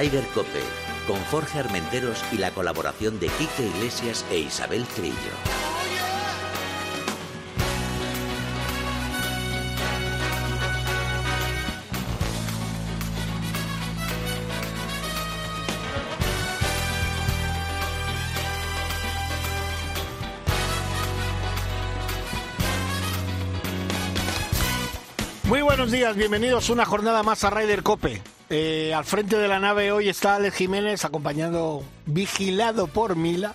Ryder Cope, con Jorge Armenteros y la colaboración de Quique Iglesias e Isabel Trillo. Muy buenos días, bienvenidos una jornada más a Ryder Cope. Al frente de la nave hoy está Alex Jiménez, vigilado por Mila.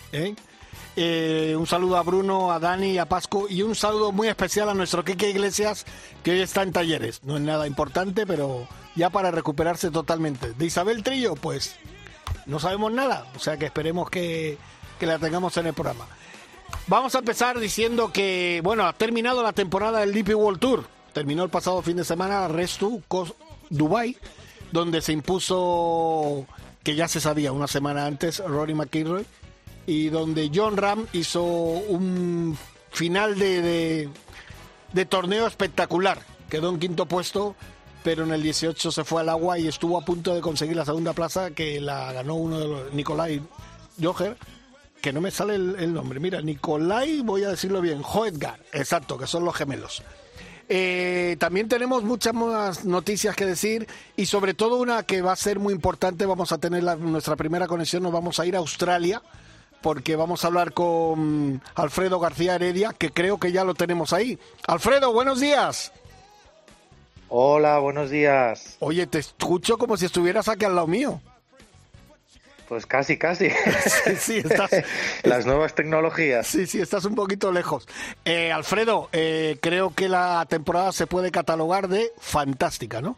Un saludo a Bruno, a Dani, a Pascu y un saludo muy especial a nuestro Quique Iglesias, que hoy está en talleres. No es nada importante, pero ya para recuperarse totalmente. De Isabel Trillo, pues no sabemos nada, o sea que esperemos que la tengamos en el programa. Vamos a empezar diciendo que, bueno, ha terminado la temporada del DP World Tour. Terminó el pasado fin de semana Restu Dubai, donde se impuso, que ya se sabía una semana antes, Rory McIlroy, y donde Jon Rahm hizo un final de torneo espectacular. Quedó en quinto puesto, pero en el 18 se fue al agua y estuvo a punto de conseguir la segunda plaza, que la ganó uno de los, Nicolai Joher, que no me sale el nombre. Mira, Nicolai, voy a decirlo bien, Hoedgar, exacto, que son los gemelos. También tenemos muchas más noticias que decir y sobre todo una que va a ser muy importante. Vamos a tener nuestra primera conexión, nos vamos a ir a Australia porque vamos a hablar con Alfredo García Heredia, que creo que ya lo tenemos ahí. Alfredo, buenos días. Hola, buenos días. Oye, te escucho como si estuvieras aquí al lado mío. Pues casi. Sí, estás... Las nuevas tecnologías. Sí, estás un poquito lejos. Alfredo, creo que la temporada se puede catalogar de fantástica, ¿no?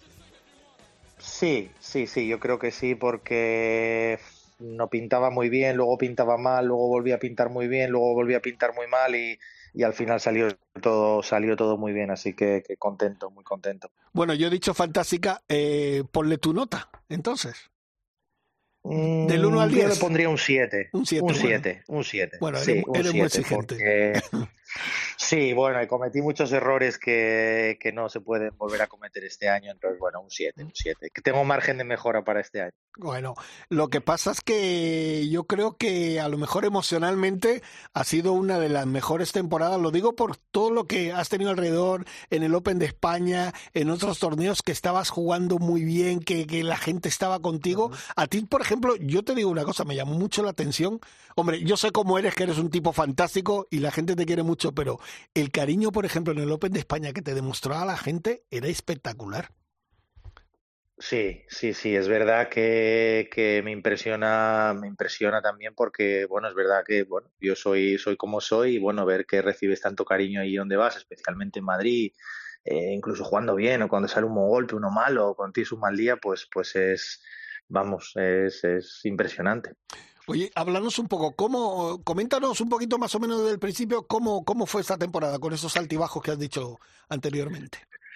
Sí, yo creo que sí, porque no pintaba muy bien, luego pintaba mal, luego volvía a pintar muy bien, luego volvía a pintar muy mal y al final salió todo muy bien, así que contento, muy contento. Bueno, yo he dicho fantástica, ponle tu nota, entonces. Del 1 al 10. Yo le pondría un 7. Un 7. Bueno, sí, eres muy exigente. Porque... Sí, bueno, cometí muchos errores que no se pueden volver a cometer este año, entonces bueno, un 7. Que tengo margen de mejora para este año. Bueno, lo que pasa es que yo creo que a lo mejor emocionalmente ha sido una de las mejores temporadas, lo digo por todo lo que has tenido alrededor en el Open de España, en otros torneos que estabas jugando muy bien, que la gente estaba contigo. Uh-huh. A ti, por ejemplo, yo te digo una cosa, me llamó mucho la atención. Hombre, yo sé cómo eres, que eres un tipo fantástico y la gente te quiere mucho, pero el cariño, por ejemplo, en el Open de España que te demostraba la gente era espectacular. Sí, es verdad que me impresiona también porque, bueno, es verdad que, bueno, yo soy como soy y, bueno, ver que recibes tanto cariño ahí donde vas, especialmente en Madrid, incluso jugando bien o cuando sale un buen golpe, uno malo o cuando tienes un mal día, pues es impresionante. Oye, háblanos un poco, coméntanos un poquito más o menos desde el principio cómo fue esta temporada con esos altibajos que has dicho anteriormente.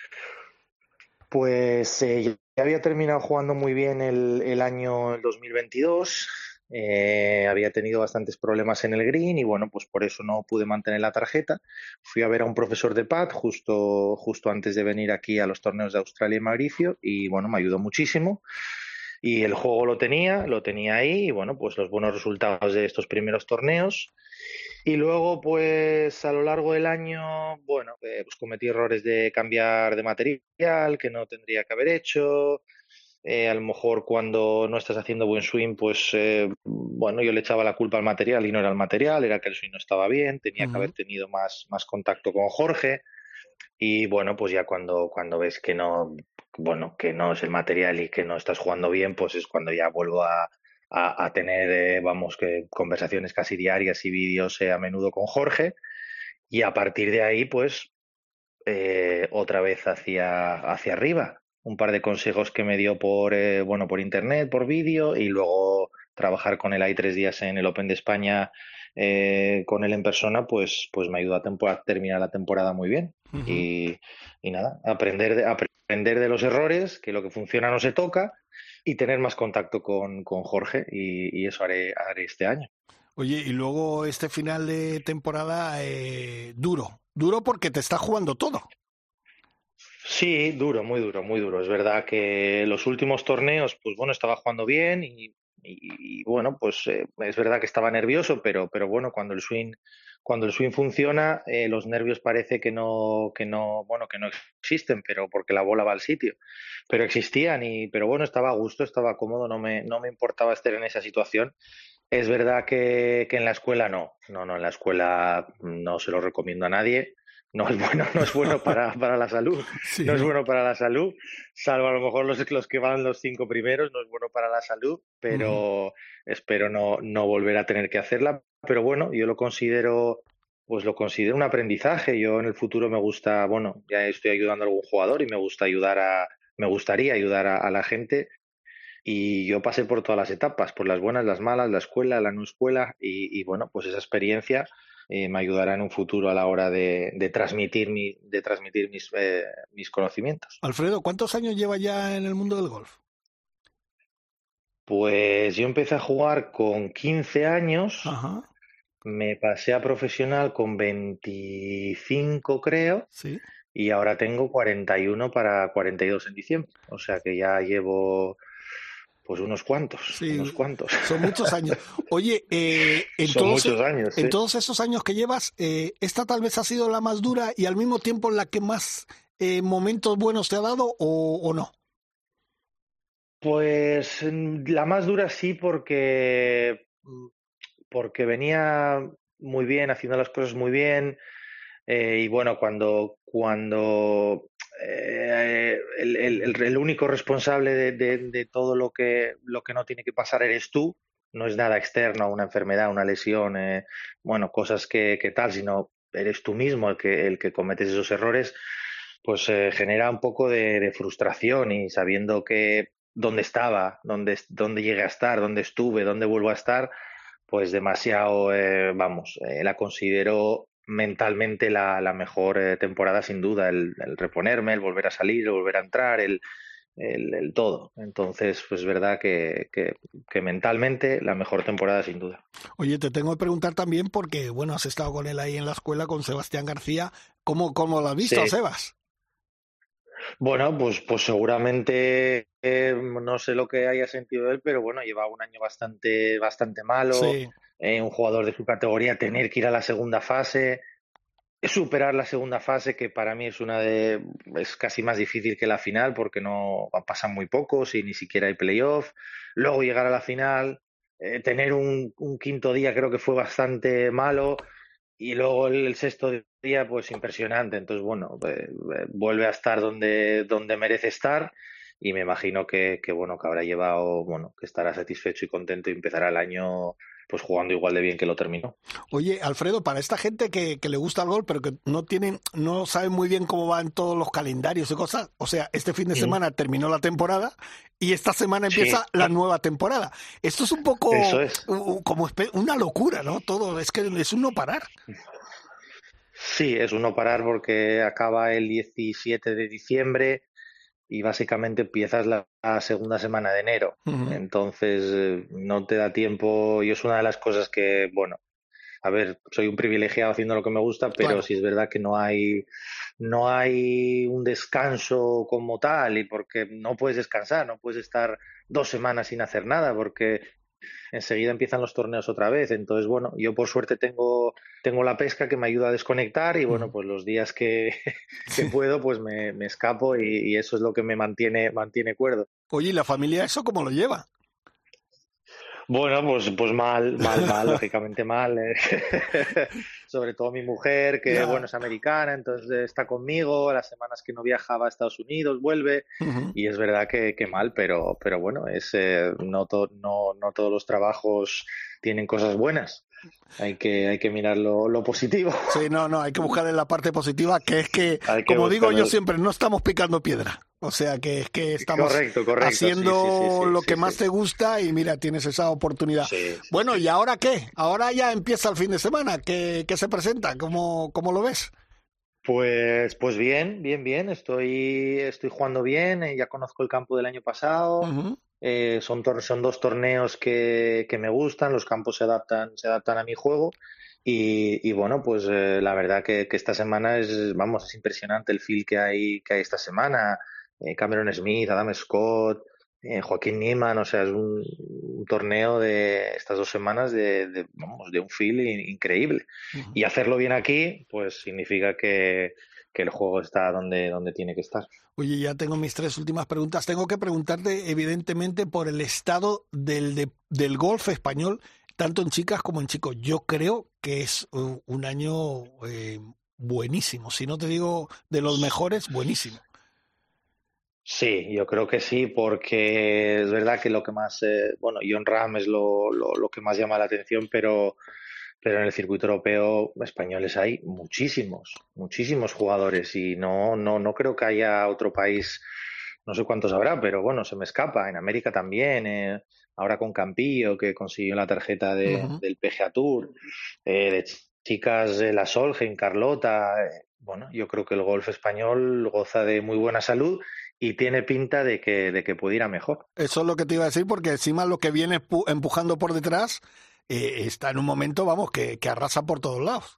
Pues ya había terminado jugando muy bien el año 2022, había tenido bastantes problemas en el green y bueno, pues por eso no pude mantener la tarjeta. Fui a ver a un profesor de pad justo antes de venir aquí a los torneos de Australia y Mauricio y bueno, me ayudó muchísimo. Y el juego lo tenía ahí y bueno, pues los buenos resultados de estos primeros torneos. Y luego, pues a lo largo del año, bueno, pues cometí errores de cambiar de material que no tendría que haber hecho. A lo mejor cuando no estás haciendo buen swing, pues bueno, yo le echaba la culpa al material y no era el material, era que el swing no estaba bien, tenía que haber tenido más contacto con Jorge. Y bueno, pues ya cuando ves que no es el material y que no estás jugando bien, pues es cuando ya vuelvo a tener, que conversaciones casi diarias y vídeos a menudo con Jorge. Y a partir de ahí, pues otra vez hacia arriba. Un par de consejos que me dio por internet, por vídeo, y luego trabajar con él ahí 3 días en el Open de España con él en persona, pues me ayudó a terminar la temporada muy bien. Uh-huh. Y nada, aprender de los errores, que lo que funciona no se toca, y tener más contacto con Jorge, y eso haré este año. Oye, y luego este final de temporada duro porque te está jugando todo. Sí, duro, muy duro, muy duro. Es verdad que los últimos torneos, pues bueno, estaba jugando bien y bueno, pues es verdad que estaba nervioso, pero bueno, cuando el swing funciona, los nervios parece bueno, que no existen, pero porque la bola va al sitio. Pero existían pero bueno, estaba a gusto, estaba cómodo, no me importaba estar en esa situación. Es verdad que en la escuela no, en la escuela no se lo recomiendo a nadie. No es bueno, no es bueno para la salud, Sí, no es ¿no? bueno para la salud, salvo a lo mejor los que van los 5 primeros, no es bueno para la salud, Ujú. pero espero no volver a tener que hacerla. Pero bueno, yo pues lo considero un aprendizaje. Yo en el futuro me gusta, bueno, ya estoy ayudando a algún jugador y me gustaría ayudar a la gente y yo pasé por todas las etapas, por las buenas, las malas, la escuela, la no escuela, y bueno, pues esa experiencia me ayudará en un futuro a la hora de transmitir, de transmitir mis conocimientos. Alfredo, ¿cuántos años lleva ya en el mundo del golf? Pues yo empecé a jugar con 15 años, Ajá, me pasé a profesional con 25, creo, sí. y ahora tengo 41 para 42 en diciembre. O sea que ya llevo pues unos cuantos, Sí, unos cuantos. son muchos años. Oye, Son muchos años, en sí. todos esos años que llevas, ¿esta tal vez ha sido la más dura y al mismo tiempo la que más momentos buenos te ha dado o no? Pues la más dura sí porque venía muy bien, haciendo las cosas muy bien, y bueno, cuando el único responsable de todo lo que no tiene que pasar eres tú, no es nada externo, una enfermedad, una lesión, bueno, cosas que tal, sino eres tú mismo el que cometes esos errores, pues genera un poco de frustración y sabiendo que dónde estaba, dónde llegué a estar, dónde estuve, dónde vuelvo a estar, pues demasiado, vamos, la considero mentalmente la mejor temporada sin duda, el reponerme, el volver a salir, el volver a entrar, el todo. Entonces, pues es verdad que mentalmente la mejor temporada sin duda. Oye, te tengo que preguntar también porque, bueno, has estado con él ahí en la escuela, con Sebastián García. ¿Cómo lo has visto a Sí, Sebas? bueno, pues seguramente no sé lo que haya sentido él, pero bueno, lleva un año bastante malo, Sí, un jugador de su categoría tener que ir a la segunda fase, superar la segunda fase, que para mí es casi más difícil que la final, porque no pasan muy pocos y ni siquiera hay playoff. Luego llegar a la final, tener un quinto día creo que fue bastante malo, y luego el sexto día, pues impresionante. Entonces, bueno, vuelve a estar donde merece estar. Y me imagino bueno, que habrá llevado, bueno, que estará satisfecho y contento y empezará el año pues jugando igual de bien que lo terminó. oye, Alfredo, para esta gente que le gusta el gol, pero que no sabe muy bien cómo van todos los calendarios y cosas, o sea, este fin de Mm. semana terminó la temporada y esta semana Sí, empieza la nueva temporada. Esto es un poco eso es. como una locura, ¿no? Todo, es que es un no parar. Sí, es un no parar porque acaba el 17 de diciembre y básicamente empiezas la segunda semana de enero. Ujú. Entonces, no te da tiempo, y es una de las cosas que, bueno, a ver, soy un privilegiado haciendo lo que me gusta, pero Claro. sí es verdad que no hay un descanso como tal, y porque no puedes descansar, no puedes estar 2 semanas sin hacer nada, porque enseguida empiezan los torneos otra vez. Entonces, bueno, yo por suerte tengo la pesca que me ayuda a desconectar y bueno, Ujú. pues los días que, que Sí. puedo, pues me escapo y eso es lo que me mantiene cuerdo. Oye, ¿y la familia eso cómo lo lleva? Bueno, pues mal, lógicamente mal. Sobre todo mi mujer, que bueno, Ya. es americana, entonces está conmigo, las semanas que no viajaba a Estados Unidos, vuelve, Ujú. y es verdad que mal, pero bueno, no todos los trabajos tienen cosas buenas. Hay que mirar lo positivo. Sí, no, hay que buscarle la parte positiva, que es que, Hay que como digo yo buscarlo. siempre, no estamos picando piedra. O sea, que es que estamos Correcto, sí, sí, sí, haciendo sí, lo que sí, sí. más te gusta y mira, tienes esa oportunidad. Sí, sí, Bueno, sí. ¿y ahora qué? Ahora ya empieza el fin de semana. ¿Qué se presenta? ¿Cómo lo ves? Pues bien. Estoy jugando bien. Ya conozco el campo del año pasado. Ujú. son 2 torneos que me gustan, los campos se adaptan a mi juego y bueno, pues la verdad que esta semana es impresionante el feel que hay esta semana. Cameron Smith, Adam Scott, Joaquín Niemann, o sea, es un torneo de estas 2 semanas de un feel increíble. Uh-huh. Y hacerlo bien aquí, pues significa que el juego está donde tiene que estar. Oye, ya tengo mis 3 últimas preguntas. Tengo que preguntarte, evidentemente, por el estado del golf español, tanto en chicas como en chicos. Yo creo que es un año buenísimo. Si no te digo de los mejores, buenísimo. Sí, yo creo que sí, porque es verdad que lo que más, Jon Rahm es lo que más llama la atención, pero en el circuito europeo españoles hay muchísimos jugadores y no creo que haya otro país, no sé cuántos habrá, pero bueno, se me escapa. En América también, ahora con Campillo, que consiguió la tarjeta del PGA Tour, de chicas la Solheim, Carlota. Bueno, yo creo que el golf español goza de muy buena salud y tiene pinta de que puede ir a mejor. Eso es lo que te iba a decir, porque encima lo que viene empujando por detrás está en un momento, que arrasa por todos lados.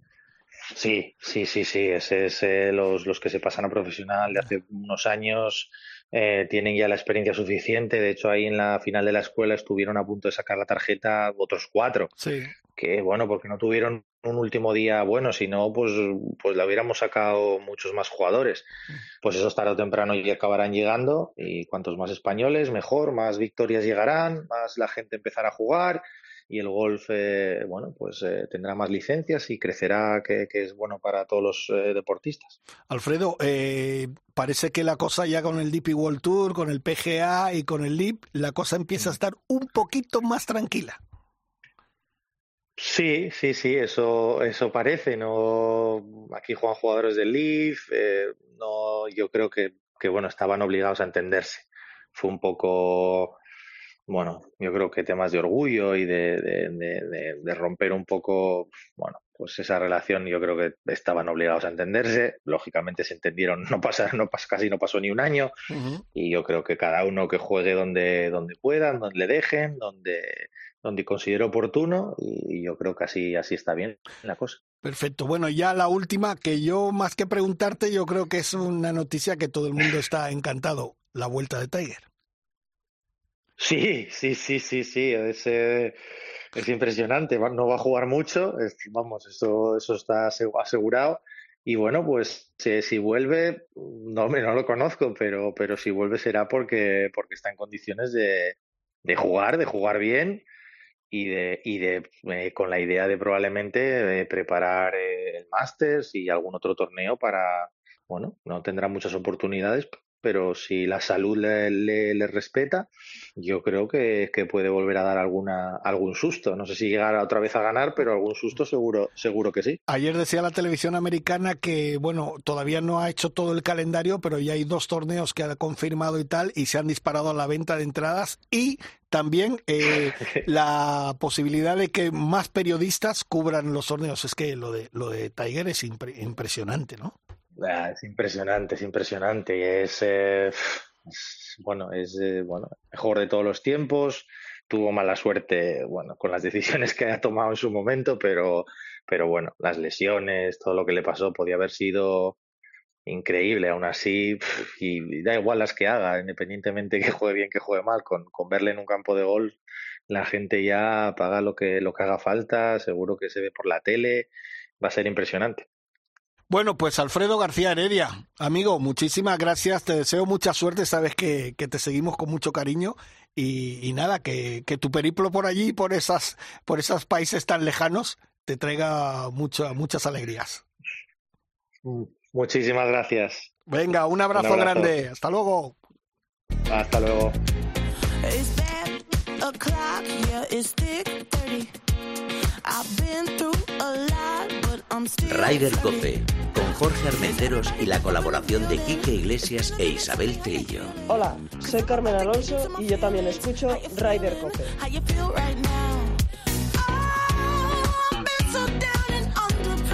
Sí. Ese es los que se pasan a profesional de hace unos años. Tienen ya la experiencia suficiente. De hecho, ahí en la final de la escuela estuvieron a punto de sacar la tarjeta otros 4. Sí. Que bueno, porque no tuvieron un último día bueno, si no, pues la hubiéramos sacado muchos más jugadores. Pues esos tarde o temprano ya acabarán llegando y cuantos más españoles, mejor, más victorias llegarán, más la gente empezará a jugar y el golf, tendrá más licencias y crecerá, que es bueno para todos los deportistas. Alfredo, parece que la cosa ya con el DP World Tour, con el PGA y con el LIV, la cosa empieza a estar un poquito más tranquila. Sí, eso parece. No, aquí juegan jugadores del LIV, yo creo que estaban obligados a entenderse. Fue un poco, yo creo que temas de orgullo y de romper un poco, pues esa relación. Yo creo que estaban obligados a entenderse. Lógicamente se entendieron, casi no pasó ni un año. Uh-huh. Y yo creo que cada uno que juegue donde puedan, donde le dejen, donde considero oportuno, y yo creo que así está bien la cosa. Perfecto. Bueno, ya la última, que yo más que preguntarte, yo creo que es una noticia que todo el mundo está encantado, la vuelta de Tiger. Sí, es impresionante. No va a jugar mucho, eso está asegurado. Y bueno, pues si vuelve, no lo conozco, pero si vuelve será porque está en condiciones de jugar bien. Con la idea de probablemente preparar el Masters y algún otro torneo no tendrá muchas oportunidades, pero si la salud le respeta, yo creo que puede volver a dar algún susto. No sé si llegará otra vez a ganar, pero algún susto seguro que sí. Ayer decía la televisión americana que, todavía no ha hecho todo el calendario, pero ya hay 2 torneos que ha confirmado y tal, y se han disparado a la venta de entradas, y también la posibilidad de que más periodistas cubran los torneos. Es que lo de Tiger es impresionante, ¿no? Es impresionante. Es el mejor de todos los tiempos. Tuvo mala suerte, con las decisiones que ha tomado en su momento, pero las lesiones, todo lo que le pasó podía haber sido increíble. Aún así, y da igual las que haga, independientemente que juegue bien, que juegue mal, con verle en un campo de golf, la gente ya paga lo que haga falta. Seguro que se ve por la tele, va a ser impresionante. Bueno, pues Alfredo García Heredia, amigo, muchísimas gracias, te deseo mucha suerte, sabes que te seguimos con mucho cariño y nada, que tu periplo por allí, por esos países tan lejanos, te traiga muchas alegrías. Muchísimas gracias. Venga, un abrazo grande, hasta luego. Hasta luego. Ryder Cope, con Jorge Armenteros y la colaboración de Quique Iglesias e Isabel Trillo. Hola, soy Carmen Alonso y yo también escucho Ryder Cope.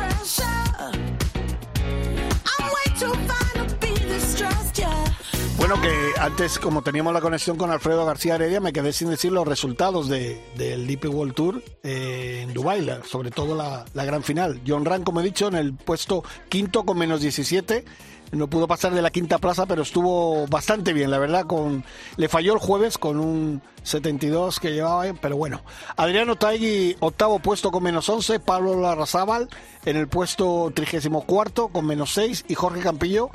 Bueno, Bueno, que antes, como teníamos la conexión con Alfredo García Heredia, me quedé sin decir los resultados del DP World Tour en Dubái, sobre todo la gran final. Jon Rahm, como he dicho, en el puesto quinto con menos 17. No pudo pasar de la quinta plaza, pero estuvo bastante bien, la verdad. Le falló el jueves con un 72 que llevaba, pero bueno. Adriano Taigui, octavo puesto con menos 11. Pablo Larrazábal en el puesto 34 con menos 6. Y Jorge Campillo,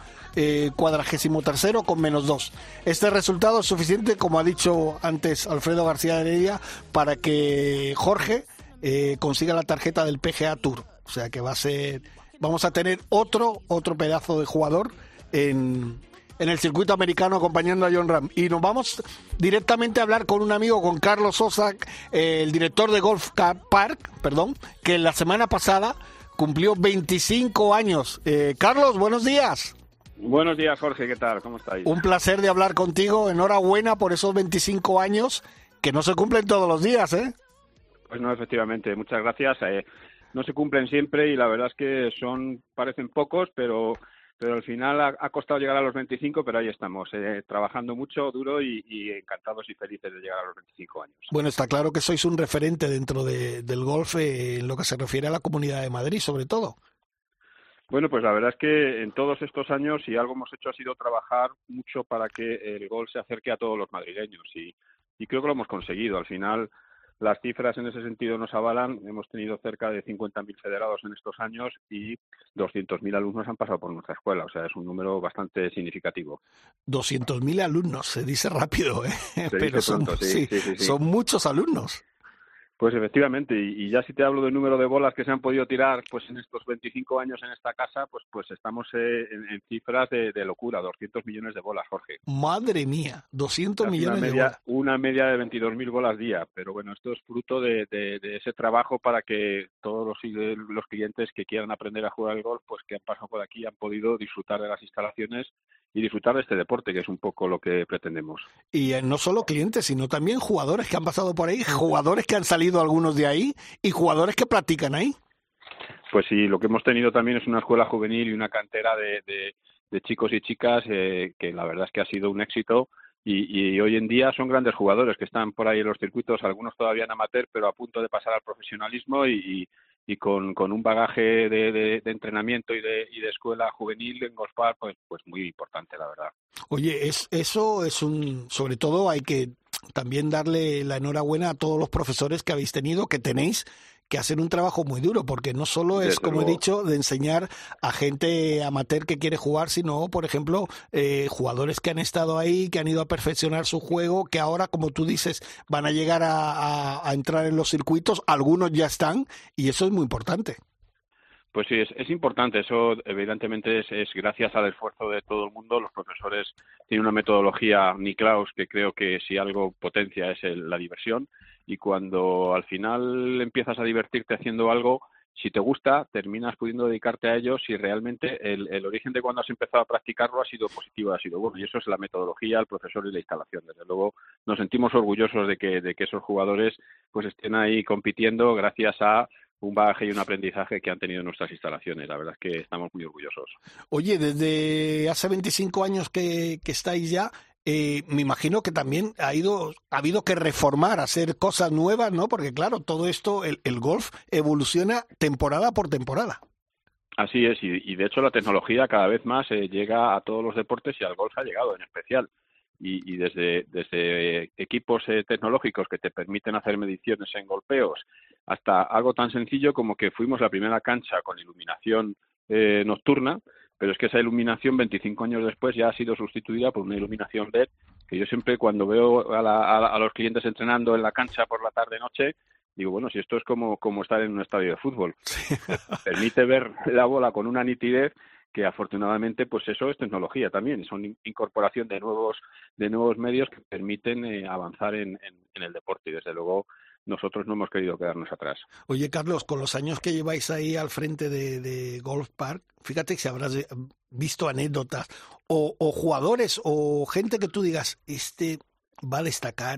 43º con menos 2. Este resultado es suficiente, como ha dicho antes Alfredo García Heredia, para que Jorge consiga la tarjeta del PGA Tour. O sea que vamos a tener otro pedazo de jugador en el circuito americano acompañando a Jon Rahm. Y nos vamos directamente a hablar con un amigo, con Carlos Sosa, el director de Golf Park, que la semana pasada cumplió 25 años. Carlos, buenos días. Buenos días, Jorge, ¿qué tal? ¿Cómo estáis? Un placer de hablar contigo. Enhorabuena por esos 25 años que no se cumplen todos los días, ¿eh? Pues no, efectivamente, muchas gracias. No se cumplen siempre y la verdad es que parecen pocos, pero al final ha costado llegar a los 25, pero ahí estamos, trabajando mucho, duro y encantados y felices de llegar a los 25 años. Bueno, está claro que sois un referente dentro del golf en lo que se refiere a la Comunidad de Madrid, sobre todo. Bueno, pues la verdad es que en todos estos años, si algo hemos hecho ha sido trabajar mucho para que el golf se acerque a todos los madrileños y creo que lo hemos conseguido. Al final, las cifras en ese sentido nos avalan. Hemos tenido cerca de 50.000 federados en estos años y 200.000 alumnos han pasado por nuestra escuela. O sea, es un número bastante significativo. 200.000 alumnos, se dice rápido, ¿eh? Pero son muchos alumnos. Pues efectivamente, y ya si te hablo del número de bolas que se han podido tirar pues en estos 25 años en esta casa, pues estamos en cifras de locura, 200 millones de bolas, Jorge. Madre mía, 200 millones de bolas. Una media de 22.000 bolas día, pero bueno, esto es fruto de ese trabajo para que todos los clientes que quieran aprender a jugar al golf, pues que han pasado por aquí, han podido disfrutar de las instalaciones y disfrutar de este deporte, que es un poco lo que pretendemos. Y no solo clientes, sino también jugadores que han pasado por ahí, jugadores que han salido algunos de ahí y jugadores que practican ahí. Pues sí, lo que hemos tenido también es una escuela juvenil y una cantera de chicos y chicas que la verdad es que ha sido un éxito y hoy en día son grandes jugadores que están por ahí en los circuitos, algunos todavía en amateur, pero a punto de pasar al profesionalismo y con un bagaje de entrenamiento y de escuela juvenil en Golf Park, pues muy importante, la verdad. Oye, eso es sobre todo hay que también darle la enhorabuena a todos los profesores que habéis tenido, que tenéis, que hacer un trabajo muy duro, porque no solo es, como he dicho, de enseñar a gente amateur que quiere jugar, sino, por ejemplo, jugadores que han estado ahí, que han ido a perfeccionar su juego, que ahora, como tú dices, van a llegar a entrar en los circuitos, algunos ya están, y eso es muy importante. Pues sí, es importante. Eso evidentemente es gracias al esfuerzo de todo el mundo. Los profesores tienen una metodología Niklaus que creo que si algo potencia es la diversión, y cuando al final empiezas a divertirte haciendo algo, si te gusta, terminas pudiendo dedicarte a ello si realmente el origen de cuando has empezado a practicarlo ha sido positivo, ha sido bueno. Y eso es la metodología, el profesor y la instalación. Desde luego nos sentimos orgullosos de que esos jugadores pues estén ahí compitiendo gracias a un bagaje y un aprendizaje que han tenido en nuestras instalaciones. La verdad es que estamos muy orgullosos. Oye, desde hace 25 años que estáis ya, me imagino que también ha habido que reformar, hacer cosas nuevas, ¿no? Porque claro, todo esto, el golf evoluciona temporada por temporada. Así es, y de hecho la tecnología cada vez más llega a todos los deportes y al golf ha llegado en especial. Y desde equipos tecnológicos que te permiten hacer mediciones en golpeos hasta algo tan sencillo como que fuimos la primera cancha con iluminación nocturna, pero es que esa iluminación 25 años después ya ha sido sustituida por una iluminación LED, que yo siempre cuando veo a los clientes entrenando en la cancha por la tarde-noche, digo, bueno, si esto es como estar en un estadio de fútbol. Permite ver la bola con una nitidez que afortunadamente pues eso es tecnología también, son incorporación de nuevos medios que permiten avanzar en el deporte, y desde luego nosotros no hemos querido quedarnos atrás. Oye, Carlos, con los años que lleváis ahí al frente de Golf Park, fíjate que si habrás visto anécdotas o jugadores o gente que tú digas, este va a destacar,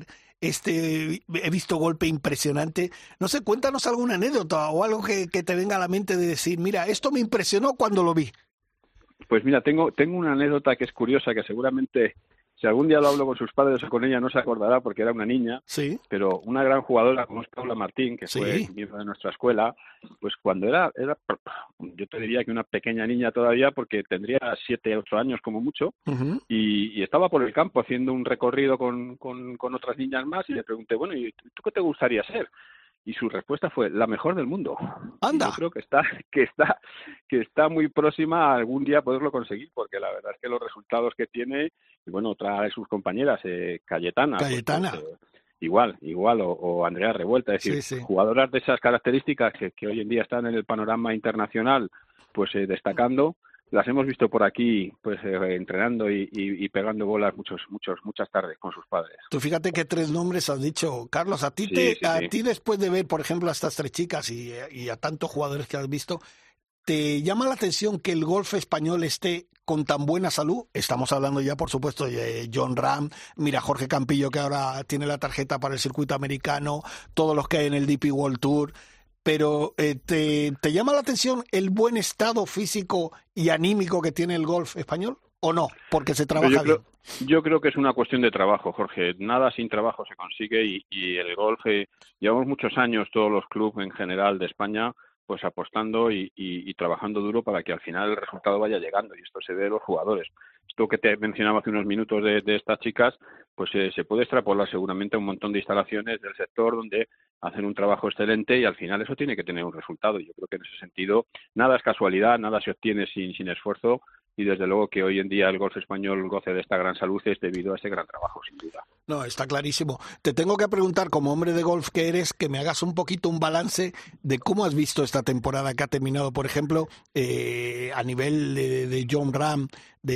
he visto golpe impresionante. No sé, cuéntanos alguna anécdota o algo que te venga a la mente de decir, mira, esto me impresionó cuando lo vi. Pues mira, tengo una anécdota que es curiosa, que seguramente si algún día lo hablo con sus padres o con ella no se acordará porque era una niña, Sí, pero una gran jugadora como es Paula Martín, que sí. fue miembro de nuestra escuela, pues cuando era yo te diría que una pequeña niña todavía, porque tendría 7, 8 años como mucho, Ujú. y estaba por el campo haciendo un recorrido con otras niñas más y le pregunté, bueno, ¿y tú qué te gustaría ser? Y su respuesta fue la mejor del mundo. Y Anda. yo creo que está muy próxima a algún día poderlo conseguir, porque la verdad es que los resultados que tiene, y bueno, otra de sus compañeras, Cayetana, Cayetana. igual, o Andrea Revuelta, es decir, Sí, sí. jugadoras de esas características que hoy en día están en el panorama internacional, pues destacando. Las hemos visto por aquí, pues entrenando y pegando bolas muchas tardes con sus padres. Tú fíjate qué 3 nombres has dicho. Carlos, Sí. a ti después de ver, por ejemplo, a estas 3 chicas y a tantos jugadores que has visto, ¿te llama la atención que el golf español esté con tan buena salud? Estamos hablando ya, por supuesto, de Jon Rahm, mira Jorge Campillo, que ahora tiene la tarjeta para el circuito americano, todos los que hay en el DP World Tour. Pero ¿te llama la atención el buen estado físico y anímico que tiene el golf español? ¿O no? Porque se trabaja bien. Yo creo que es una cuestión de trabajo, Jorge. Nada sin trabajo se consigue y el golf, llevamos muchos años todos los clubes en general de España pues apostando y trabajando duro para que al final el resultado vaya llegando, y esto se ve de los jugadores. Esto que te mencionaba hace unos minutos de estas chicas, pues se puede extrapolar seguramente a un montón de instalaciones del sector donde hacen un trabajo excelente y al final eso tiene que tener un resultado. Yo creo que en ese sentido nada es casualidad, nada se obtiene sin esfuerzo, y desde luego que hoy en día el golf español goce de esta gran salud es debido a ese gran trabajo, sin duda. No, está clarísimo. Te tengo que preguntar, como hombre de golf que eres, que me hagas un poquito un balance de cómo has visto esta temporada que ha terminado, por ejemplo, a nivel de Jon Rahm,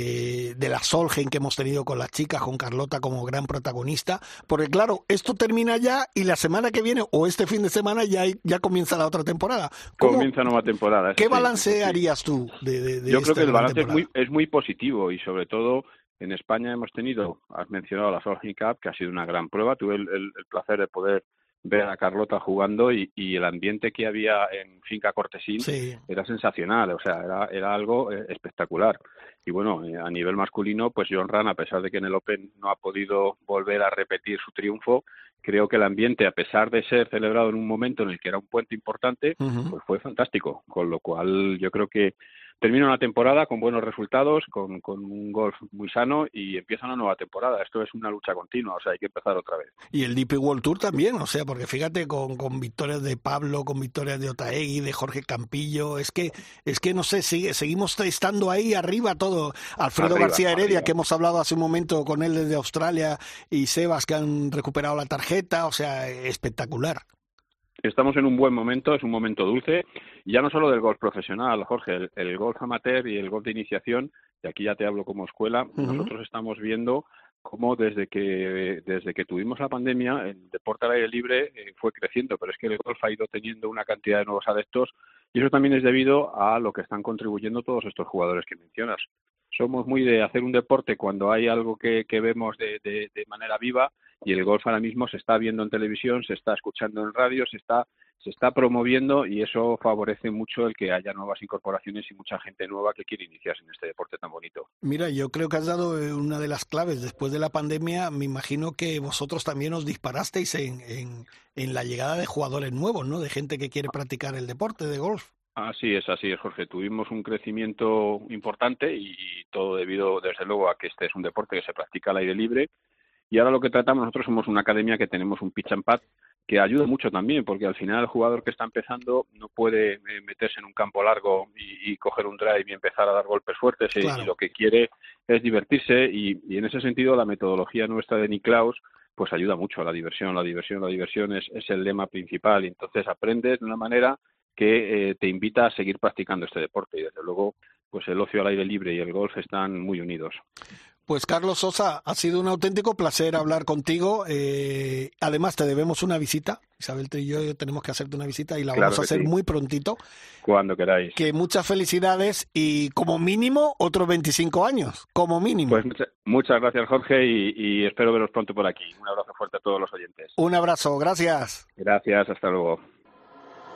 de la Solheim que hemos tenido con las chicas, con Carlota como gran protagonista, porque claro, esto termina ya y la semana que viene o este fin de semana ya comienza la otra temporada. Comienza nueva temporada. ¿Qué balance harías tú de Yo creo que el balance temporada? es muy positivo, y sobre todo en España hemos tenido, has mencionado la Solheim Cup, que ha sido una gran prueba. Tuve el placer de poder ver a Carlota jugando y el ambiente que había en Finca Cortesín era sensacional, o sea, era algo espectacular. Y bueno, a nivel masculino, pues Jon Rahm, a pesar de que en el Open no ha podido volver a repetir su triunfo, creo que el ambiente, a pesar de ser celebrado en un momento en el que era un puente importante, pues fue fantástico, con lo cual yo creo que termina una temporada con buenos resultados, con un golf muy sano, y empieza una nueva temporada. Esto es una lucha continua, o sea, hay que empezar otra vez. Y el DP World Tour también, o sea, porque fíjate, con victorias de Pablo, con victorias de Otaegui, de Jorge Campillo, es que no sé, seguimos estando ahí arriba todo. Alfredo García Heredia, que hemos hablado hace un momento con él desde Australia, y Sebas, que han recuperado la tarjeta, o sea, espectacular. Estamos en un buen momento, es un momento dulce, y ya no solo del golf profesional, Jorge, el golf amateur y el golf de iniciación, y aquí ya te hablo como escuela, nosotros estamos viendo cómo desde que tuvimos la pandemia el deporte al aire libre fue creciendo, pero es que el golf ha ido teniendo una cantidad de nuevos adeptos, y eso también es debido a lo que están contribuyendo todos estos jugadores que mencionas. Somos muy de hacer un deporte cuando hay algo que vemos de manera viva, y el golf ahora mismo se está viendo en televisión, se está escuchando en radio, se está promoviendo, y eso favorece mucho el que haya nuevas incorporaciones y mucha gente nueva que quiere iniciarse en este deporte tan bonito. Mira, yo creo que has dado una de las claves. Después de la pandemia, me imagino que vosotros también os disparasteis en la llegada de jugadores nuevos, ¿no? De gente que quiere practicar el deporte de golf. Así es, Jorge. Tuvimos un crecimiento importante y todo debido, desde luego, a que este es un deporte que se practica al aire libre. Y ahora lo que tratamos, nosotros somos una academia que tenemos un pitch and pad que ayuda mucho también, porque al final el jugador que está empezando no puede meterse en un campo largo y coger un drive y empezar a dar golpes fuertes, claro. Y lo que quiere es divertirse, y en ese sentido la metodología nuestra de Niklaus pues ayuda mucho a la diversión. La diversión es el lema principal, y entonces aprendes de una manera que te invita a seguir practicando este deporte, y desde luego pues el ocio al aire libre y el golf están muy unidos. Pues Carlos Sosa, ha sido un auténtico placer hablar contigo. Además, te debemos una visita. Isabel y yo tenemos que hacerte una visita, y la vamos a hacer muy prontito. Cuando queráis. Que muchas felicidades, y como mínimo otros 25 años, como mínimo. Pues muchas gracias, Jorge, y espero veros pronto por aquí. Un abrazo fuerte a todos los oyentes. Un abrazo, gracias. Gracias, hasta luego.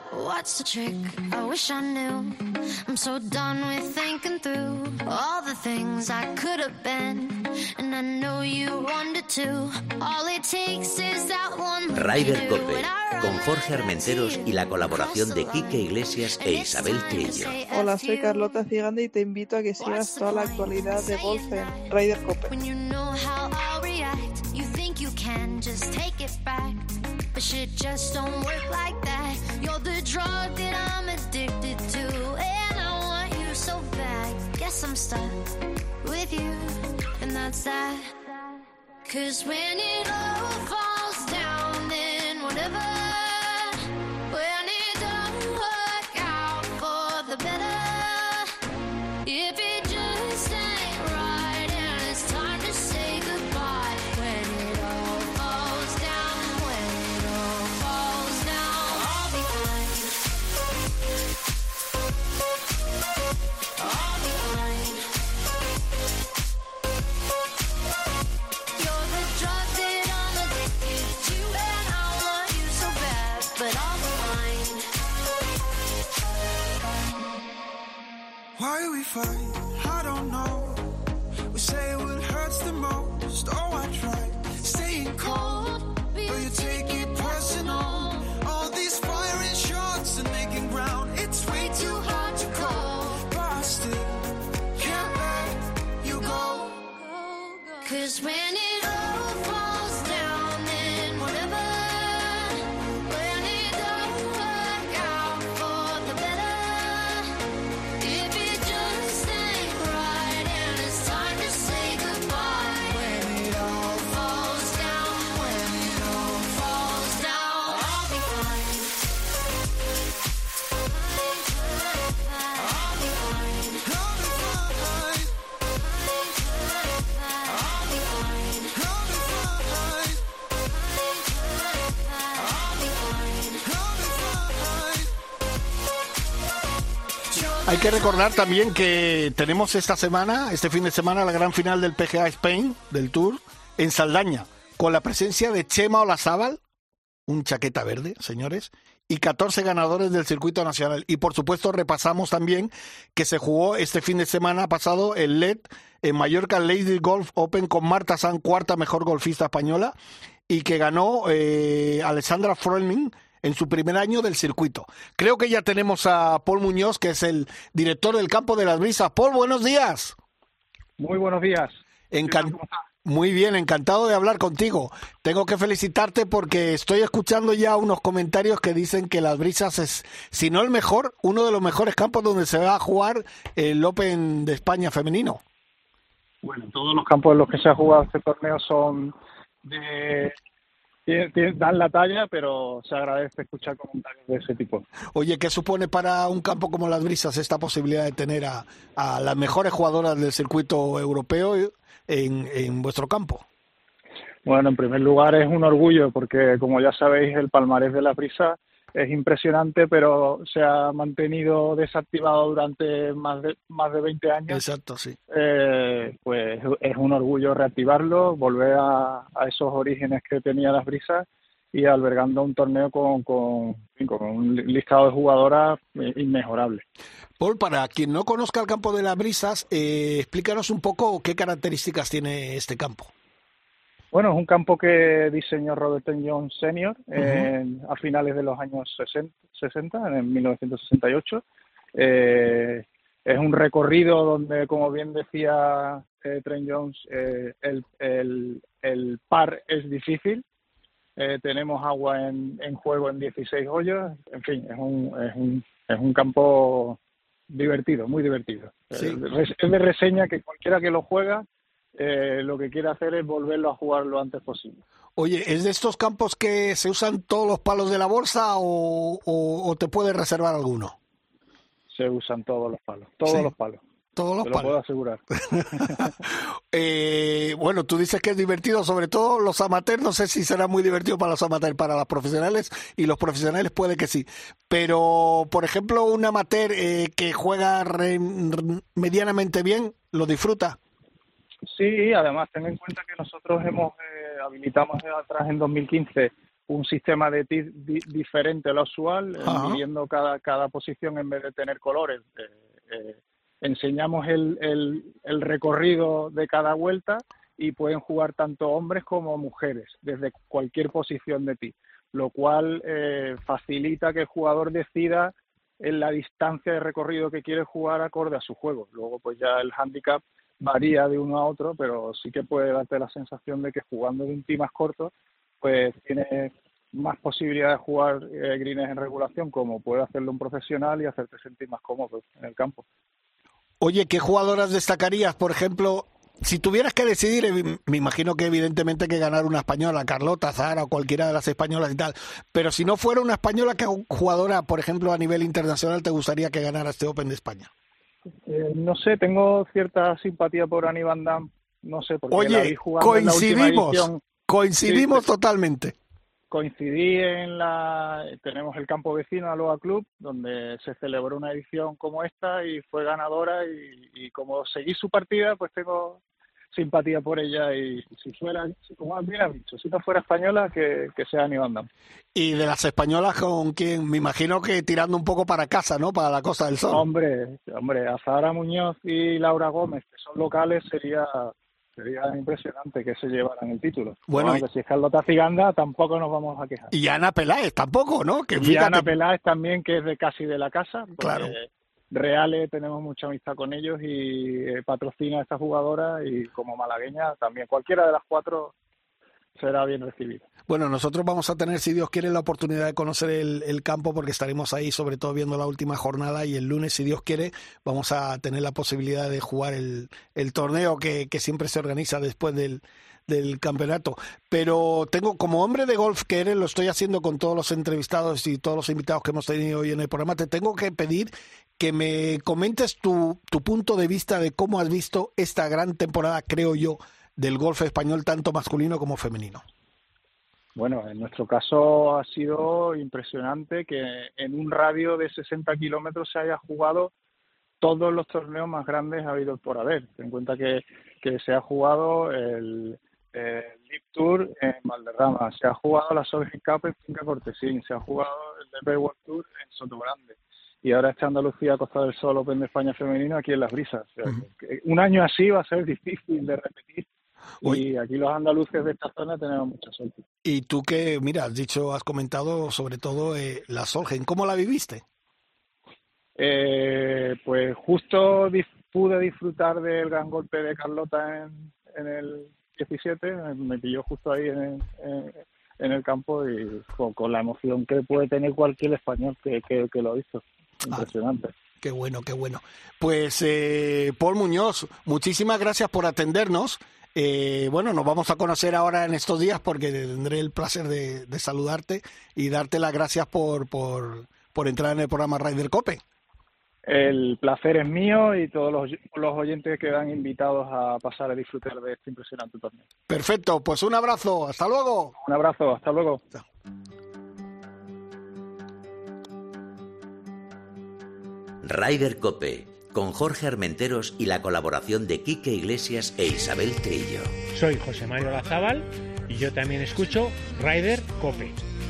What's the trick? I wish I knew. I'm so done with thinking through all the things I could have been, and I know you wanted to. All it takes is that one. Ryder Cope, con Jorge Armenteros y la colaboración de Quique Iglesias e Isabel Trillo. Hola, soy Carlota Ciganda y te invito a que sigas toda la actualidad de golf en Ryder Cope. But shit just don't work like that. You're the drug that I'm addicted to, and I want you so bad. Guess I'm stuck with you, and that's that. 'Cause when it all falls down, then whatever. When it don't work out for the better, if it just ain't right and it's time to say goodbye. When it all falls down, when it all falls down, I'll be fine. I'll be fine. You're the drug that I'm addicted to, and I want you so bad, but I'll be fine. Why we fight, I don't know. We say what hurts the most. Oh, I tried staying cold, but you take it personal. All these firing shots and making ground, it's way too hard to call. But I still can't let you go. 'Cause when it all falls down, then whatever. When it don't work out for the better, if it just ain't right and it's time to say goodbye. When it all falls down, when it all falls down, I'll be fine. I'll be fine. I'll be fine. I'll be fine. I'll be fine. I'll be fine. I'll be fine. Hay que recordar también que tenemos este fin de semana, la gran final del PGA Spain, del Tour, en Saldaña, con la presencia de Chema Olazábal, un chaqueta verde, señores, y 14 ganadores del circuito nacional. Y por supuesto repasamos también que se jugó este fin de semana pasado el LED en Mallorca Ladies Golf Open con Marta Sanz, cuarta mejor golfista española, y que ganó Alessandra Froelning en su primer año del circuito. Creo que ya tenemos a Paul Muñoz, que es el director del Campo de las Brisas. Paul, buenos días. Muy buenos días. Muy bien, encantado de hablar contigo. Tengo que felicitarte porque estoy escuchando ya unos comentarios que dicen que Las Brisas es, si no el mejor, uno de los mejores campos donde se va a jugar el Open de España femenino. Bueno, todos los campos en los que se ha jugado este torneo son dan la talla, pero se agradece escuchar comentarios de ese tipo. Oye, ¿qué supone para un campo como Las Brisas esta posibilidad de tener a las mejores jugadoras del circuito europeo en vuestro campo? Bueno, en primer lugar es un orgullo porque, como ya sabéis, el palmarés de Las Brisas es impresionante, pero se ha mantenido desactivado durante más de 20 años. Exacto, sí. Pues es un orgullo reactivarlo, volver a esos orígenes que tenía Las Brisas y albergando un torneo con un listado de jugadoras inmejorable. Paul, para quien no conozca el campo de Las Brisas, explícanos un poco qué características tiene este campo. Bueno, es un campo que diseñó Roberton Jones Sr. A finales de los años 60, en 1968. Es un recorrido donde, como bien decía Trent Jones, el par es difícil. Tenemos agua en juego en 16 hoyos. En fin, es un campo divertido, muy divertido. Sí. Es de reseña que cualquiera que lo juega lo que quiere hacer es volverlo a jugar lo antes posible. Oye, ¿es de estos campos que se usan todos los palos de la bolsa o te puedes reservar alguno? Se usan todos los palos, todos los palos. Todos los palos. Te lo puedo asegurar. Bueno, tú dices que es divertido, sobre todo los amateurs. No sé si será muy divertido para los amateurs, para los profesionales, y los profesionales puede que sí. Pero, por ejemplo, un amateur que juega medianamente bien, ¿lo disfruta? Sí, además ten en cuenta que nosotros habilitamos atrás en 2015 un sistema de tee diferente a lo usual, midiendo cada posición en vez de tener colores. Enseñamos el recorrido de cada vuelta y pueden jugar tanto hombres como mujeres desde cualquier posición de tee, lo cual facilita que el jugador decida en la distancia de recorrido que quiere jugar acorde a su juego. Luego pues ya el handicap varía de uno a otro, pero sí que puede darte la sensación de que jugando de un tee más corto pues tiene más posibilidad de jugar greens en regulación, como puede hacerlo un profesional, y hacerte sentir más cómodo en el campo. Oye, ¿qué jugadoras destacarías, por ejemplo, si tuvieras que decidir? Me imagino que evidentemente que ganar una española, Carlota, Zahara o cualquiera de las españolas y tal, pero si no fuera una española, ¿qué jugadora, por ejemplo, a nivel internacional te gustaría que ganara este Open de España? No sé, tengo cierta simpatía por Annie Van Dam, no sé, porque oye, la vi jugando en la última edición. Coincidimos totalmente. Coincidí tenemos el campo vecino Aloha Club, donde se celebró una edición como esta y fue ganadora, y como seguí su partida, pues tengo simpatía por ella, y como bien has dicho, si no fuera española, que sea Annie Van Dam. Y de las españolas, ¿con quién? Me imagino que tirando un poco para casa, ¿no? Para la Costa del Sol. Hombre, a Zahara Muñoz y Laura Gómez, que son locales, sería impresionante que se llevaran el título. Bueno, que si es Carlota Ciganda, tampoco nos vamos a quejar. Y Ana Peláez tampoco, ¿no? Y Ana Peláez también, que es casi de la casa. Claro. Reales, tenemos mucha amistad con ellos y patrocina a esta jugadora, y como malagueña también. Cualquiera de las cuatro será bien recibida. Bueno, nosotros vamos a tener, si Dios quiere, la oportunidad de conocer el campo, porque estaremos ahí sobre todo viendo la última jornada, y el lunes, si Dios quiere, vamos a tener la posibilidad de jugar el torneo que siempre se organiza después del campeonato. Pero tengo, como hombre de golf que eres, lo estoy haciendo con todos los entrevistados y todos los invitados que hemos tenido hoy en el programa, te tengo que pedir que me comentes tu punto de vista de cómo has visto esta gran temporada, creo yo, del golf español, tanto masculino como femenino. Bueno, en nuestro caso ha sido impresionante que en un radio de 60 kilómetros se haya jugado todos los torneos más grandes habidos por haber. Ten en cuenta que se ha jugado el Leap Tour en Valderrama, se ha jugado la Solheim Cup en Finca Cortesín, se ha jugado el DP World Tour en Sotogrande, y ahora está Andalucía Costa del Sol Open de España femenino aquí en Las Brisas. O sea, un año así va a ser difícil de repetir. Y aquí los andaluces de esta zona tenemos mucha suerte. Y tú que, mira, has comentado sobre todo la Solheim, ¿cómo la viviste? Pues justo pude disfrutar del gran golpe de Carlota en el 17, me pilló justo ahí en el campo, y con la emoción que puede tener cualquier español que lo hizo. Impresionante. Qué bueno, qué bueno. Pues Paul Muñoz, muchísimas gracias por atendernos. Bueno, nos vamos a conocer ahora en estos días, porque tendré el placer de saludarte y darte las gracias por entrar en el programa Ryder Cope. El placer es mío, y todos los oyentes quedan invitados a pasar a disfrutar de este impresionante torneo. Perfecto, pues un abrazo, hasta luego. Un abrazo, hasta luego. Chao. Ryder Cope, con Jorge Armenteros y la colaboración de Quique Iglesias e Isabel Trillo. Soy José Mario Olazábal y yo también escucho Ryder Cope.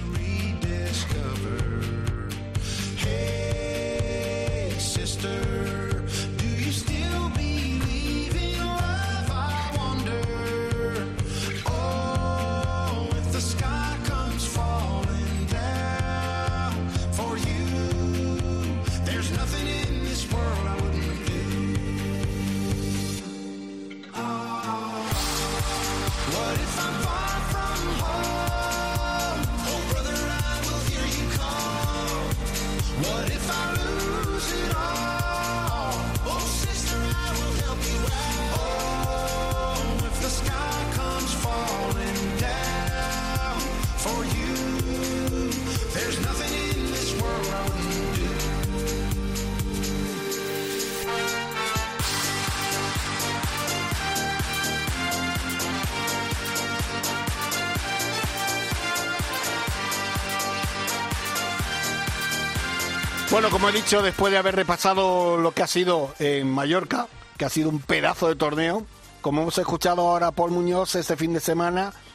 Bueno, como he dicho, después de haber repasado lo que ha sido en Mallorca, que ha sido un pedazo de torneo, como hemos escuchado ahora a Paul Muñoz este fin de semana,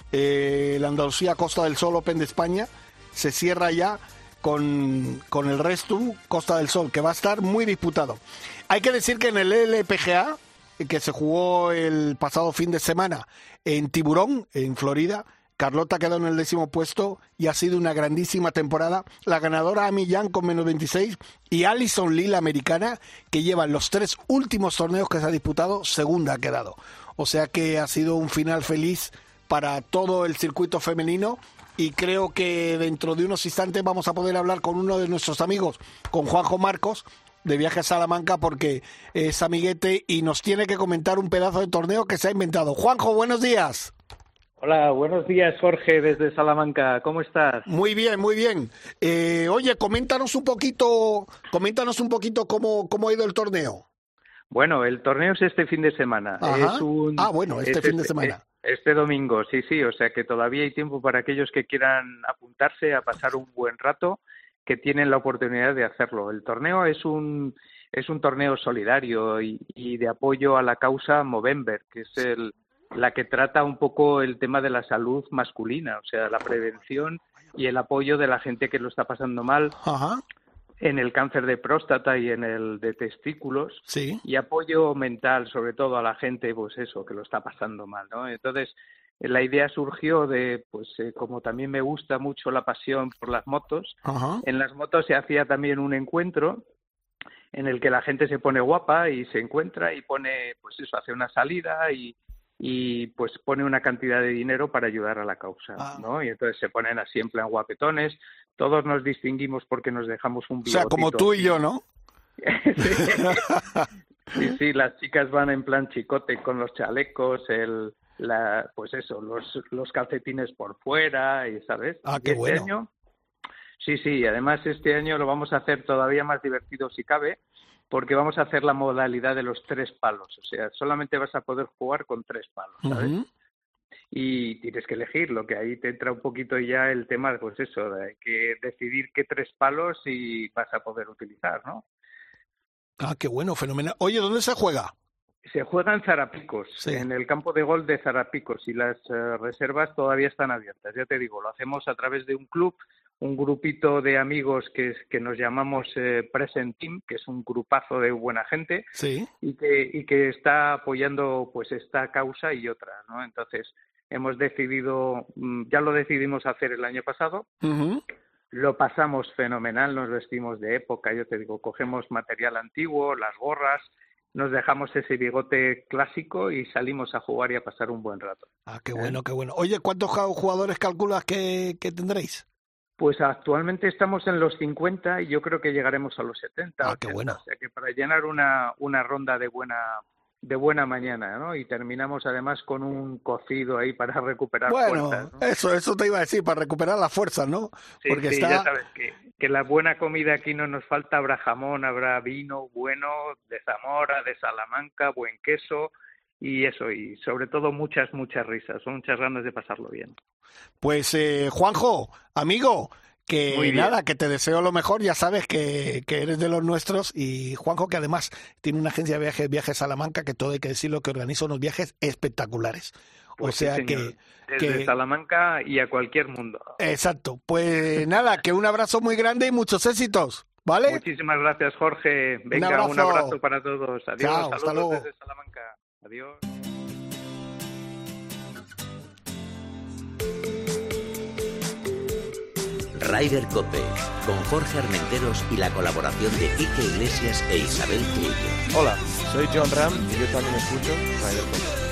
el Andalucía Costa del Sol Open de España se cierra ya con el resto Costa del Sol, que va a estar muy disputado. Hay que decir que en el LPGA, que se jugó el pasado fin de semana en Tiburón, en Florida, Carlota quedó en el 10º puesto y ha sido una grandísima temporada. La ganadora Amy Yang con menos 26 y Alison Lee, la americana, que lleva los 3 últimos torneos que se ha disputado, segunda ha quedado. O sea que ha sido un final feliz para todo el circuito femenino y creo que dentro de unos instantes vamos a poder hablar con uno de nuestros amigos, con Juanjo Marcos, de Viajes Salamanca, porque es amiguete y nos tiene que comentar un pedazo de torneo que se ha inventado. Juanjo, buenos días. Hola, buenos días, Jorge, desde Salamanca. ¿Cómo estás? Muy bien, muy bien. Oye, coméntanos un poquito cómo ha ido el torneo. Bueno, el torneo es este fin de semana. Ajá. Este fin de semana. Este domingo, sí, o sea que todavía hay tiempo para aquellos que quieran apuntarse a pasar un buen rato, que tienen la oportunidad de hacerlo. El torneo es un torneo solidario y de apoyo a la causa Movember, que es la que trata un poco el tema de la salud masculina, o sea, la prevención y el apoyo de la gente que lo está pasando mal. Ajá. En el cáncer de próstata y en el de testículos, sí. Y apoyo mental, sobre todo a la gente, pues eso, que lo está pasando mal, ¿no? Entonces, la idea surgió de, pues como también me gusta mucho la pasión por las motos, Ajá. En las motos se hacía también un encuentro en el que la gente se pone guapa y se encuentra y pone, pues eso, hace una salida y pues pone una cantidad de dinero para ayudar a la causa, ¿no? Y entonces se ponen así en plan guapetones, todos nos distinguimos porque nos dejamos un bigotito. O sea, como tú y yo, ¿no? Sí, las chicas van en plan chicote con los chalecos, pues eso, los calcetines por fuera, y ¿sabes? Qué bueno. Este año, sí, además este año lo vamos a hacer todavía más divertido si cabe, porque vamos a hacer la modalidad de los 3 palos, o sea, solamente vas a poder jugar con 3 palos, ¿sabes? Uh-huh. Y tienes que elegir, lo que ahí te entra un poquito ya el tema, pues eso, de que decidir qué 3 palos y vas a poder utilizar, ¿no? Qué bueno, fenomenal. Oye, ¿dónde se juega? Se juega en Zarapicos, sí. En el campo de golf de Zarapicos, y las reservas todavía están abiertas. Ya te digo, lo hacemos a través de un club, un grupito de amigos que nos llamamos Present Team, que es un grupazo de buena gente, sí. y que está apoyando pues esta causa y otra, ¿no? Entonces, hemos decidido, ya lo decidimos hacer el año pasado, uh-huh. Lo pasamos fenomenal, nos vestimos de época, yo te digo, cogemos material antiguo, las gorras, nos dejamos ese bigote clásico y salimos a jugar y a pasar un buen rato. Qué bueno, qué bueno. Oye, ¿cuántos jugadores calculas que tendréis? Pues actualmente estamos en los 50 y yo creo que llegaremos a los 70. Qué bueno. O sea que para llenar una ronda de buena mañana, ¿no? Y terminamos además con un cocido ahí para recuperar fuerzas, ¿no? Eso te iba a decir, para recuperar las fuerzas, ¿no? Sí, porque sí, ya sabes que la buena comida aquí no nos falta, habrá jamón, habrá vino bueno de Zamora, de Salamanca, buen queso y eso, y sobre todo muchas risas, son muchas ganas de pasarlo bien. Pues Juanjo, amigo, que nada, que te deseo lo mejor, ya sabes que eres de los nuestros, y Juanjo, que además tiene una agencia de viajes Salamanca, que todo hay que decirlo, que organiza unos viajes espectaculares. Pues o sea sí, desde Salamanca y a cualquier mundo. Exacto. Pues nada, que un abrazo muy grande y muchos éxitos, ¿vale? Muchísimas gracias, Jorge. Venga, un abrazo para todos. Adiós. Chao, saludos hasta luego. desde Salamanca. Adiós. Ryder Cope, con Jorge Armenteros y la colaboración de Quique Iglesias e Isabel Trillo. Hola, soy John Ram y yo también escucho Ryder Cope.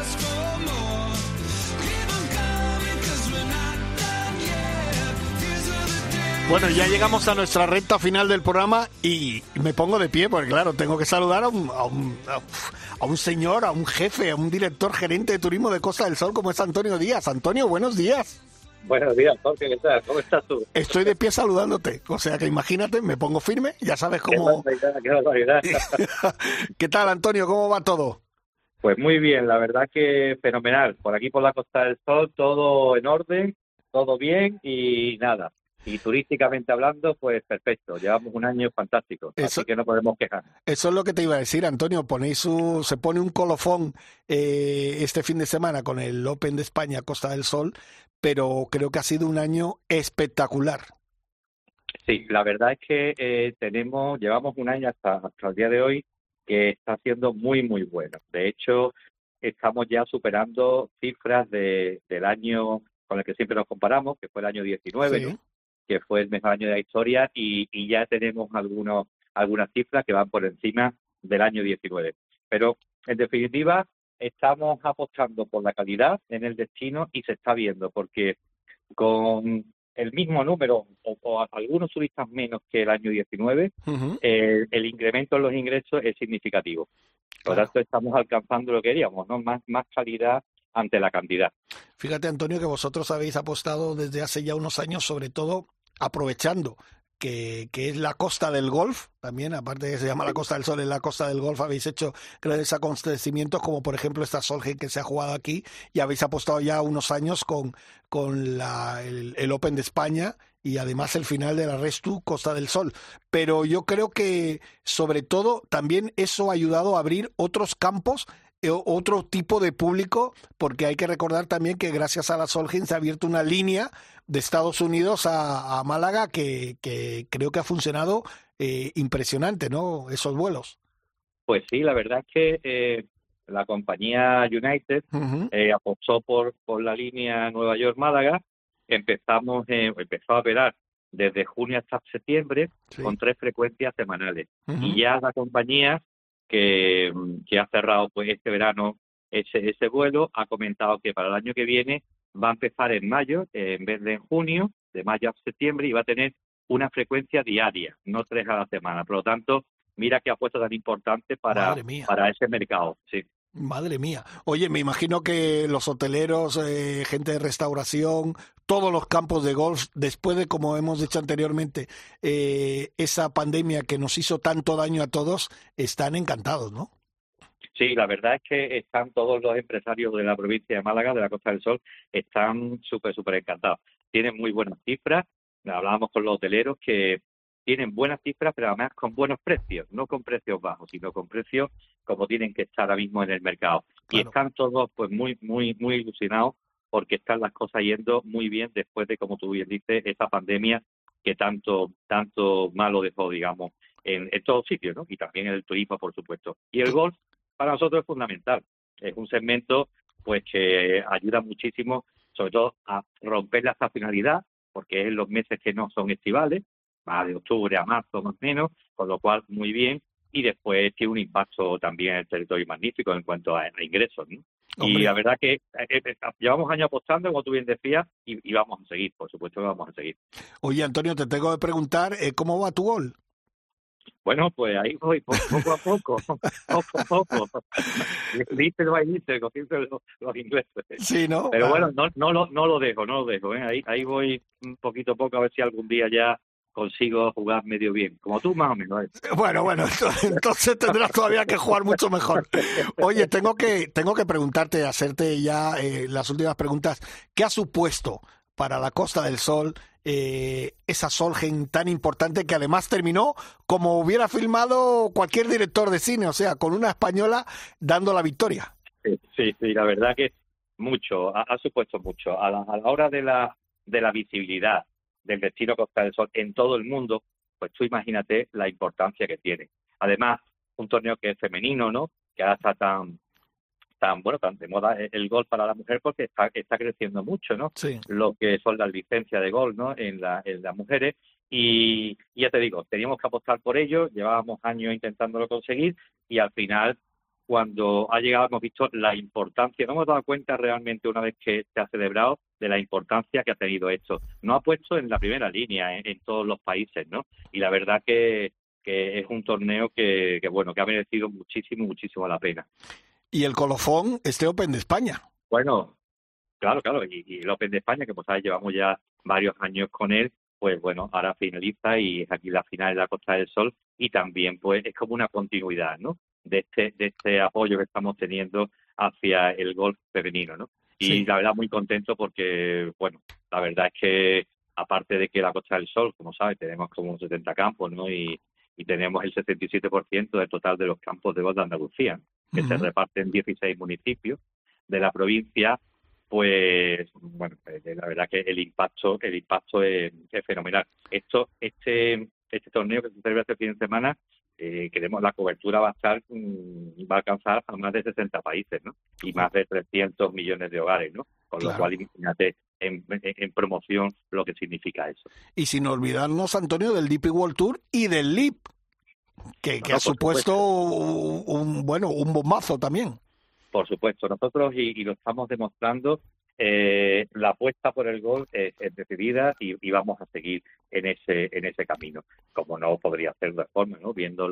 Bueno, ya llegamos a nuestra recta final del programa y me pongo de pie porque, claro, tengo que saludar a un señor, a un jefe, a un director gerente de turismo de Costa del Sol como es Antonio Díaz. Antonio, buenos días. Buenos días, Jorge, ¿qué tal? ¿Cómo estás tú? Estoy de pie saludándote, o sea que imagínate, me pongo firme, ya sabes cómo... Qué barbaridad. ¿Qué tal, Antonio? ¿Cómo va todo? Pues muy bien, la verdad que fenomenal. Por aquí por la Costa del Sol todo en orden, todo bien y nada. Y turísticamente hablando, pues perfecto. Llevamos un año fantástico, así que no podemos quejar. Eso es lo que te iba a decir, Antonio. Se pone un colofón este fin de semana con el Open de España Costa del Sol, pero creo que ha sido un año espectacular. Sí, la verdad es que llevamos un año hasta el día de hoy que está siendo muy, muy bueno. De hecho, estamos ya superando cifras del año con el que siempre nos comparamos, que fue el año 19, Sí. ¿no? Que fue el mejor año de la historia, y ya tenemos algunas cifras que van por encima del año 19. Pero, en definitiva, estamos apostando por la calidad en el destino y se está viendo, porque con el mismo número o algunos turistas menos que el año 19, el incremento en los ingresos es significativo. Por lo tanto, estamos alcanzando lo que queríamos, ¿no? Más calidad ante la cantidad. Fíjate, Antonio, que vosotros habéis apostado desde hace ya unos años, sobre todo aprovechando que es la Costa del Golf, también, aparte de que se llama la Costa del Sol, es la Costa del Golf, habéis hecho grandes acontecimientos, como por ejemplo esta Solheim que se ha jugado aquí, y habéis apostado ya unos años con el Open de España y además el final de la Restu Costa del Sol. Pero yo creo que, sobre todo, también eso ha ayudado a abrir otros campos, otro tipo de público, porque hay que recordar también que gracias a la Solheim se ha abierto una línea de Estados Unidos a Málaga que creo que ha funcionado impresionante, ¿no? Esos vuelos. Pues sí, la verdad es que la compañía United apostó por la línea Nueva York-Málaga. Empezó a operar desde junio hasta septiembre con 3 frecuencias semanales. Y ya la compañía que ha cerrado pues este verano ese vuelo ha comentado que para el año que viene va a empezar en mayo en vez de en junio, de mayo a septiembre, y va a tener una frecuencia diaria, no 3 a la semana. Por lo tanto, mira qué apuesta tan importante para ese mercado. Sí. Madre mía. Oye, me imagino que los hoteleros, gente de restauración, todos los campos de golf, después de, como hemos dicho anteriormente, esa pandemia que nos hizo tanto daño a todos, están encantados, ¿no? Sí, la verdad es que están todos los empresarios de la provincia de Málaga, de la Costa del Sol, están súper encantados. Tienen muy buenas cifras. Hablábamos con los hoteleros que tienen buenas cifras, pero además con buenos precios, no con precios bajos, sino con precios como tienen que estar ahora mismo en el mercado. Claro. Y están todos pues muy ilusionados porque están las cosas yendo muy bien después de, como tú bien dices, esa pandemia que tanto malo dejó, digamos, en todos sitios, ¿no? Y también en el turismo, por supuesto. Y el golf para nosotros es fundamental. Es un segmento pues que ayuda muchísimo, sobre todo a romper la estacionalidad, porque es los meses que no son estivales, va de octubre a marzo más o menos, con lo cual muy bien, y después tiene un impacto también en el territorio magnífico en cuanto a ingresos, ¿no? Y la verdad que llevamos años apostando, como tú bien decías, y vamos a seguir, por supuesto que vamos a seguir. Oye, Antonio, te tengo que preguntar, ¿cómo va tu gol? Bueno, pues ahí voy, poco a poco. Dice los ingleses. Sí, ¿no? Pero bueno, no lo dejo, ¿eh? Ahí voy poquito a poco, a ver si algún día ya consigo jugar medio bien, como tú más o menos. Bueno, entonces tendrás todavía que jugar mucho mejor. Oye, tengo que preguntarte, hacerte ya las últimas preguntas. ¿Qué ha supuesto para la Costa del Sol esa Solheim tan importante que además terminó como hubiera filmado cualquier director de cine, o sea, con una española dando la victoria? Sí, la verdad que mucho, ha supuesto mucho. A la hora de la visibilidad del destino Costa del Sol en todo el mundo, pues tú imagínate la importancia que tiene. Además, un torneo que es femenino, ¿no? Que ahora está tan de moda el golf para la mujer porque está creciendo mucho, ¿no? Sí. Lo que son las licencias de golf, ¿no? En las mujeres. Y ya te digo, teníamos que apostar por ello, llevábamos años intentándolo conseguir y al final, cuando ha llegado, hemos visto la importancia, nos hemos dado cuenta realmente una vez que se ha celebrado de la importancia que ha tenido esto. Nos ha puesto en la primera línea en todos los países, ¿no? Y la verdad que es un torneo que ha merecido muchísimo la pena. Y el colofón, este Open de España. Bueno, claro, y el Open de España, que pues ahí llevamos ya varios años con él, pues bueno, ahora finaliza y es aquí la final de la Costa del Sol y también pues es como una continuidad, ¿no? De este apoyo que estamos teniendo hacia el golf femenino, ¿no? Y sí, la verdad muy contento porque, bueno, la verdad es que aparte de que la Costa del Sol, como sabes, tenemos como 70 campos, ¿no? Y tenemos el 77% del total de los campos de golf de Andalucía, que se reparten en 16 municipios de la provincia. Pues bueno, la verdad que el impacto es fenomenal. Este torneo que se celebra este fin de semana, queremos la cobertura va a alcanzar a más de 60 países, ¿no? Y más de 300 millones de hogares, ¿no? Con lo cual, imagínate en promoción lo que significa eso. Y sin olvidarnos, Antonio, del DP World Tour y del LIP, que ha supuesto un bombazo también. Por supuesto, nosotros y lo estamos demostrando, la apuesta por el golf es decidida y vamos a seguir en ese camino, como no podría ser de forma, ¿no? Viendo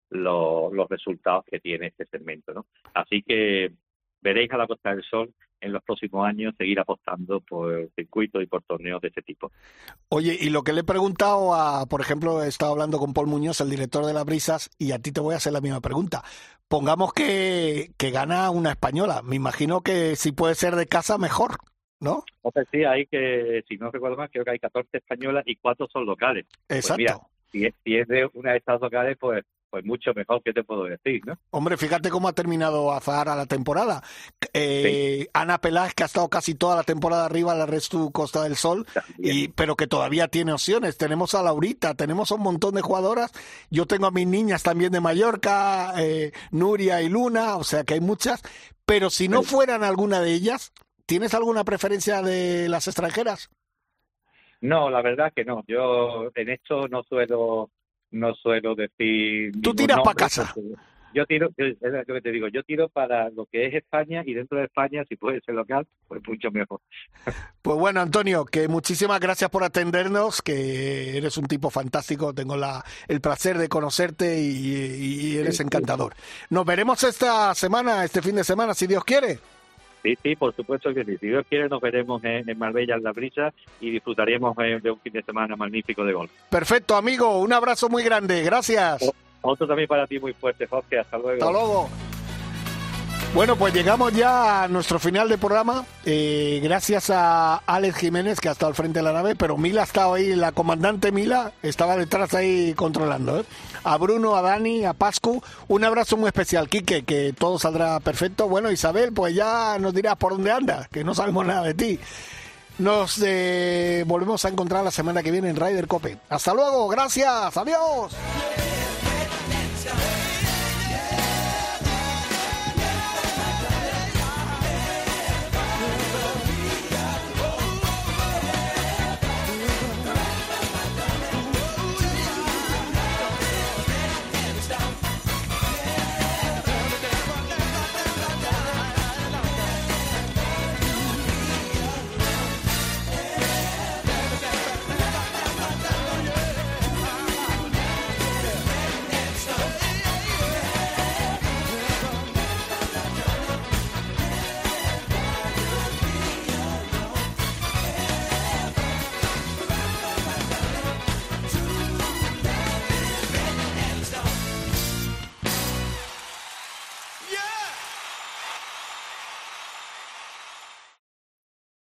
los resultados que tiene este segmento, ¿no? Así que veréis a la Costa del Sol en los próximos años seguir apostando por circuitos y por torneos de este tipo. Oye, y lo que le he preguntado por ejemplo, he estado hablando con Paul Muñoz, el director de Las Brisas, y a ti te voy a hacer la misma pregunta. Pongamos que gana una española. Me imagino que si puede ser de casa, mejor, ¿no? O sea, sí, hay que, si no recuerdo mal, creo que hay 14 españolas y 4 son locales. Exacto. Pues mira, si es de una de estas locales, pues mucho mejor, ¿qué te puedo decir, no? Hombre, fíjate cómo ha terminado Azahara la temporada. Sí. Ana Peláez, que ha estado casi toda la temporada arriba en la Restu Costa del Sol, pero que todavía tiene opciones. Tenemos a Laurita, tenemos a un montón de jugadoras. Yo tengo a mis niñas también de Mallorca, Nuria y Luna, o sea que hay muchas. Pero si no fueran alguna de ellas, ¿tienes alguna preferencia de las extranjeras? No, la verdad que no. Yo en esto no suelo decir... Tú tiras para casa. Yo tiro, es lo que te digo, yo tiro para lo que es España, y dentro de España, si puede ser local, pues mucho mejor. Pues bueno, Antonio, que muchísimas gracias por atendernos, que eres un tipo fantástico, tengo el placer de conocerte y eres encantador. Nos veremos este fin de semana, si Dios quiere. Sí, por supuesto que sí. Si Dios quiere, nos veremos en Marbella, en La Brisa, y disfrutaremos de un fin de semana magnífico de golf. Perfecto, amigo. Un abrazo muy grande. Gracias. Otro también para ti muy fuerte, Jorge. Hasta luego. Hasta luego. Bueno, pues llegamos ya a nuestro final de programa. Gracias a Alex Jiménez, que ha estado al frente de la nave, pero Mila ha estado ahí, la comandante Mila estaba detrás ahí controlando, ¿eh? A Bruno, a Dani, a Pascu, un abrazo muy especial, Quique, que todo saldrá perfecto. Bueno, Isabel, pues ya nos dirás por dónde andas, que no sabemos nada de ti. Nos volvemos a encontrar la semana que viene en Ryder Cope. Hasta luego, gracias, adiós.